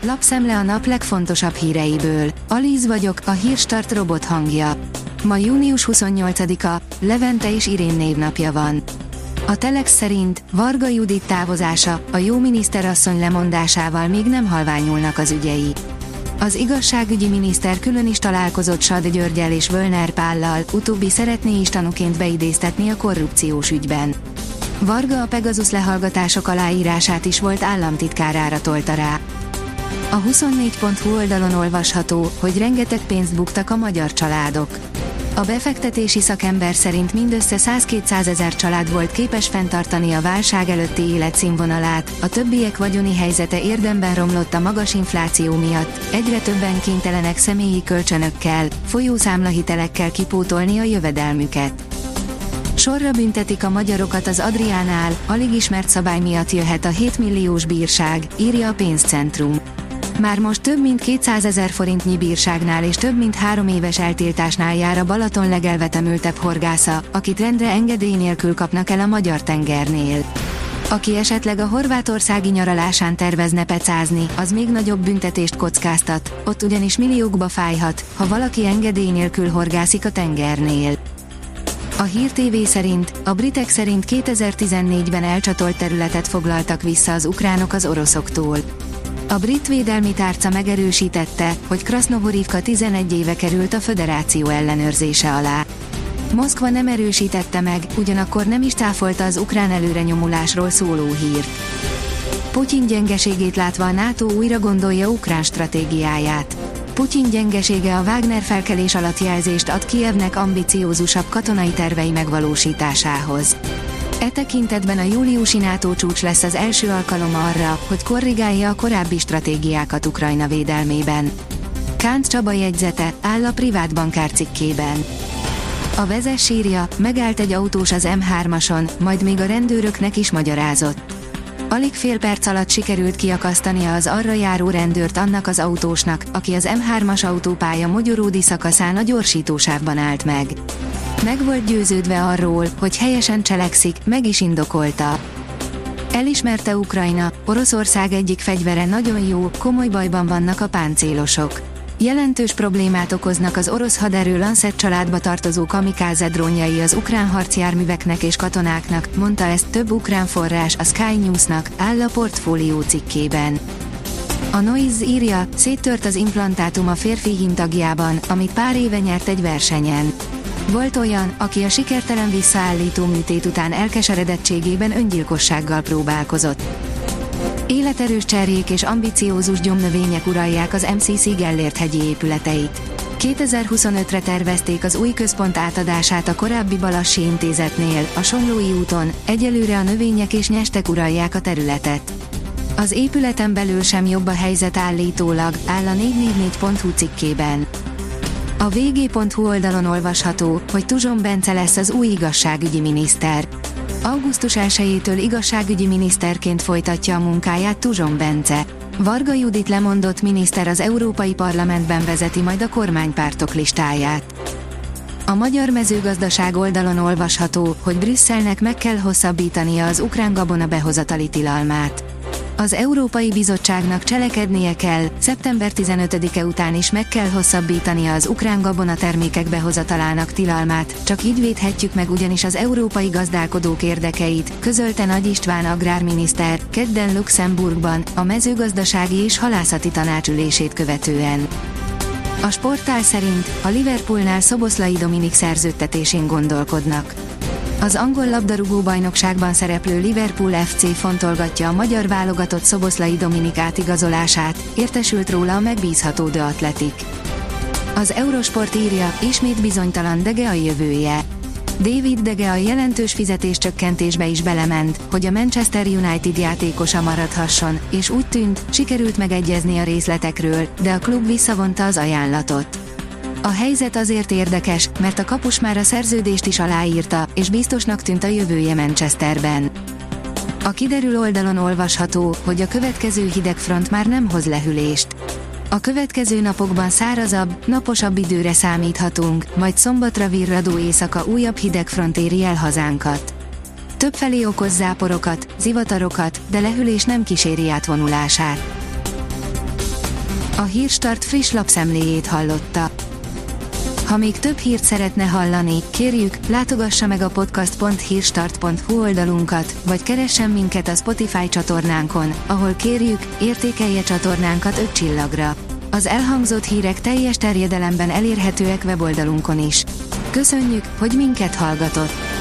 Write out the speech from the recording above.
Lapszemle a nap legfontosabb híreiből. Alíz vagyok, a Hírstart robot hangja. Ma június 28-a, Levente és Irén névnapja van. A Telex szerint Varga Judit távozása, a jó miniszterasszony lemondásával még nem halványulnak az ügyei. Az igazságügyi miniszter külön is találkozott Sad Györggyel és Völner Pállal, utóbbi szeretné is tanúként beidéztetni a korrupciós ügyben. Varga a Pegasus lehallgatások aláírását is volt államtitkárára tolta rá. A 24.hu oldalon olvasható, hogy rengeteg pénzt buktak a magyar családok. A befektetési szakember szerint mindössze 100-200 ezer család volt képes fenntartani a válság előtti életszínvonalát, a többiek vagyoni helyzete érdemben romlott a magas infláció miatt, egyre többen kénytelenek személyi kölcsönökkel, folyószámlahitelekkel kipótolni a jövedelmüket. Sorra büntetik a magyarokat az Adriánál, alig ismert szabály miatt jöhet a 7 milliós bírság, írja a Pénzcentrum. Már most több mint 200 000 forintnyi bírságnál és több mint 3 éves eltiltásnál jár a Balaton legelvetemültebb horgásza, akit rendre engedély nélkül kapnak el a magyar tengernél. Aki esetleg a horvátországi nyaralásán tervezne pecázni, az még nagyobb büntetést kockáztat, ott ugyanis milliókba fájhat, ha valaki engedély nélkül horgászik a tengernél. A Hír TV szerint, a britek szerint 2014-ben elcsatolt területet foglaltak vissza az ukránok az oroszoktól. A brit védelmi tárca megerősítette, hogy Krasznohorivka 11 éve került a föderáció ellenőrzése alá. Moszkva nem erősítette meg, ugyanakkor nem is cáfolta az ukrán előrenyomulásról szóló hírt. Putyin gyengeségét látva a NATO újra gondolja ukrán stratégiáját. Putyin gyengesége a Wagner felkelés alatt jelzést ad Kijevnek ambiciózusabb katonai tervei megvalósításához. E tekintetben a júliusi NATO csúcs lesz az első alkalom arra, hogy korrigálja a korábbi stratégiákat Ukrajna védelmében. Kánc Csaba jegyzete, áll a privát bankár cikkében. A Vezes írja, megállt egy autós az M3-ason, majd még a rendőröknek is magyarázott. Alig fél perc alatt sikerült kiakasztania az arra járó rendőrt annak az autósnak, aki az M3-as autópálya mogyoródi szakaszán a gyorsítósávban állt meg. Meg volt győződve arról, hogy helyesen cselekszik, meg is indokolta. Elismerte Ukrajna, Oroszország egyik fegyvere nagyon jó, komoly bajban vannak a páncélosok. Jelentős problémát okoznak az orosz haderő Lancet családba tartozó kamikáze drónjai az ukrán harcjárműveknek és katonáknak, mondta ezt több ukrán forrás a Sky News-nak, áll a Portfólió cikkében. A Noise írja, széttört az implantátum a férfi hímtagjában, amit pár éve nyert egy versenyen. Volt olyan, aki a sikertelen visszaállító műtét után elkeseredettségében öngyilkossággal próbálkozott. Életerős cserjék és ambiciózus gyomnövények uralják az MCC Gellért hegyi épületeit. 2025-re tervezték az új központ átadását a korábbi Balassi Intézetnél, a Somlói úton, egyelőre a növények és nyestek uralják a területet. Az épületen belül sem jobb a helyzet állítólag, áll a 444.hu cikkében. A vg.hu oldalon olvasható, hogy Tuzson Bence lesz az új igazságügyi miniszter. Augusztus 1-től igazságügyi miniszterként folytatja a munkáját Tuzson Bence. Varga Judit lemondott miniszter az Európai Parlamentben vezeti majd a kormánypártok listáját. A magyar mezőgazdaság oldalon olvasható, hogy Brüsszelnek meg kell hosszabbítania az ukrán gabona behozatali tilalmát. Az Európai Bizottságnak cselekednie kell, szeptember 15-e után is meg kell hosszabbítania az ukrán gabonatermékek behozatalának tilalmát, csak így védhetjük meg ugyanis az európai gazdálkodók érdekeit, közölte Nagy István agrárminiszter, kedden Luxemburgban, a mezőgazdasági és halászati tanácsülését követően. A sportál szerint a Liverpoolnál Szoboszlai Dominik szerződtetésén gondolkodnak. Az angol labdarúgó-bajnokságban szereplő Liverpool FC fontolgatja a magyar válogatott Szoboszlai Dominik átigazolását, értesült róla a megbízható The Athletic. Az Eurosport írja, ismét bizonytalan De Gea jövője. David De Gea jelentős fizetéscsökkentésbe is belement, hogy a Manchester United játékosa maradhasson, és úgy tűnt, sikerült megegyezni a részletekről, de a klub visszavonta az ajánlatot. A helyzet azért érdekes, mert a kapus már a szerződést is aláírta, és biztosnak tűnt a jövője Manchesterben. A kiderül oldalon olvasható, hogy a következő hidegfront már nem hoz lehűlést. A következő napokban szárazabb, naposabb időre számíthatunk, majd szombatra virradó éjszaka újabb hidegfront éri el hazánkat. Többfelé okoz záporokat, zivatarokat, de lehűlés nem kíséri átvonulását. A Hírstart friss lapszemléjét hallotta. Ha még több hírt szeretne hallani, kérjük, látogassa meg a podcast.hírstart.hu oldalunkat, vagy keressen minket a Spotify csatornánkon, ahol kérjük, értékelje csatornánkat 5 csillagra. Az elhangzott hírek teljes terjedelemben elérhetőek weboldalunkon is. Köszönjük, hogy minket hallgatott!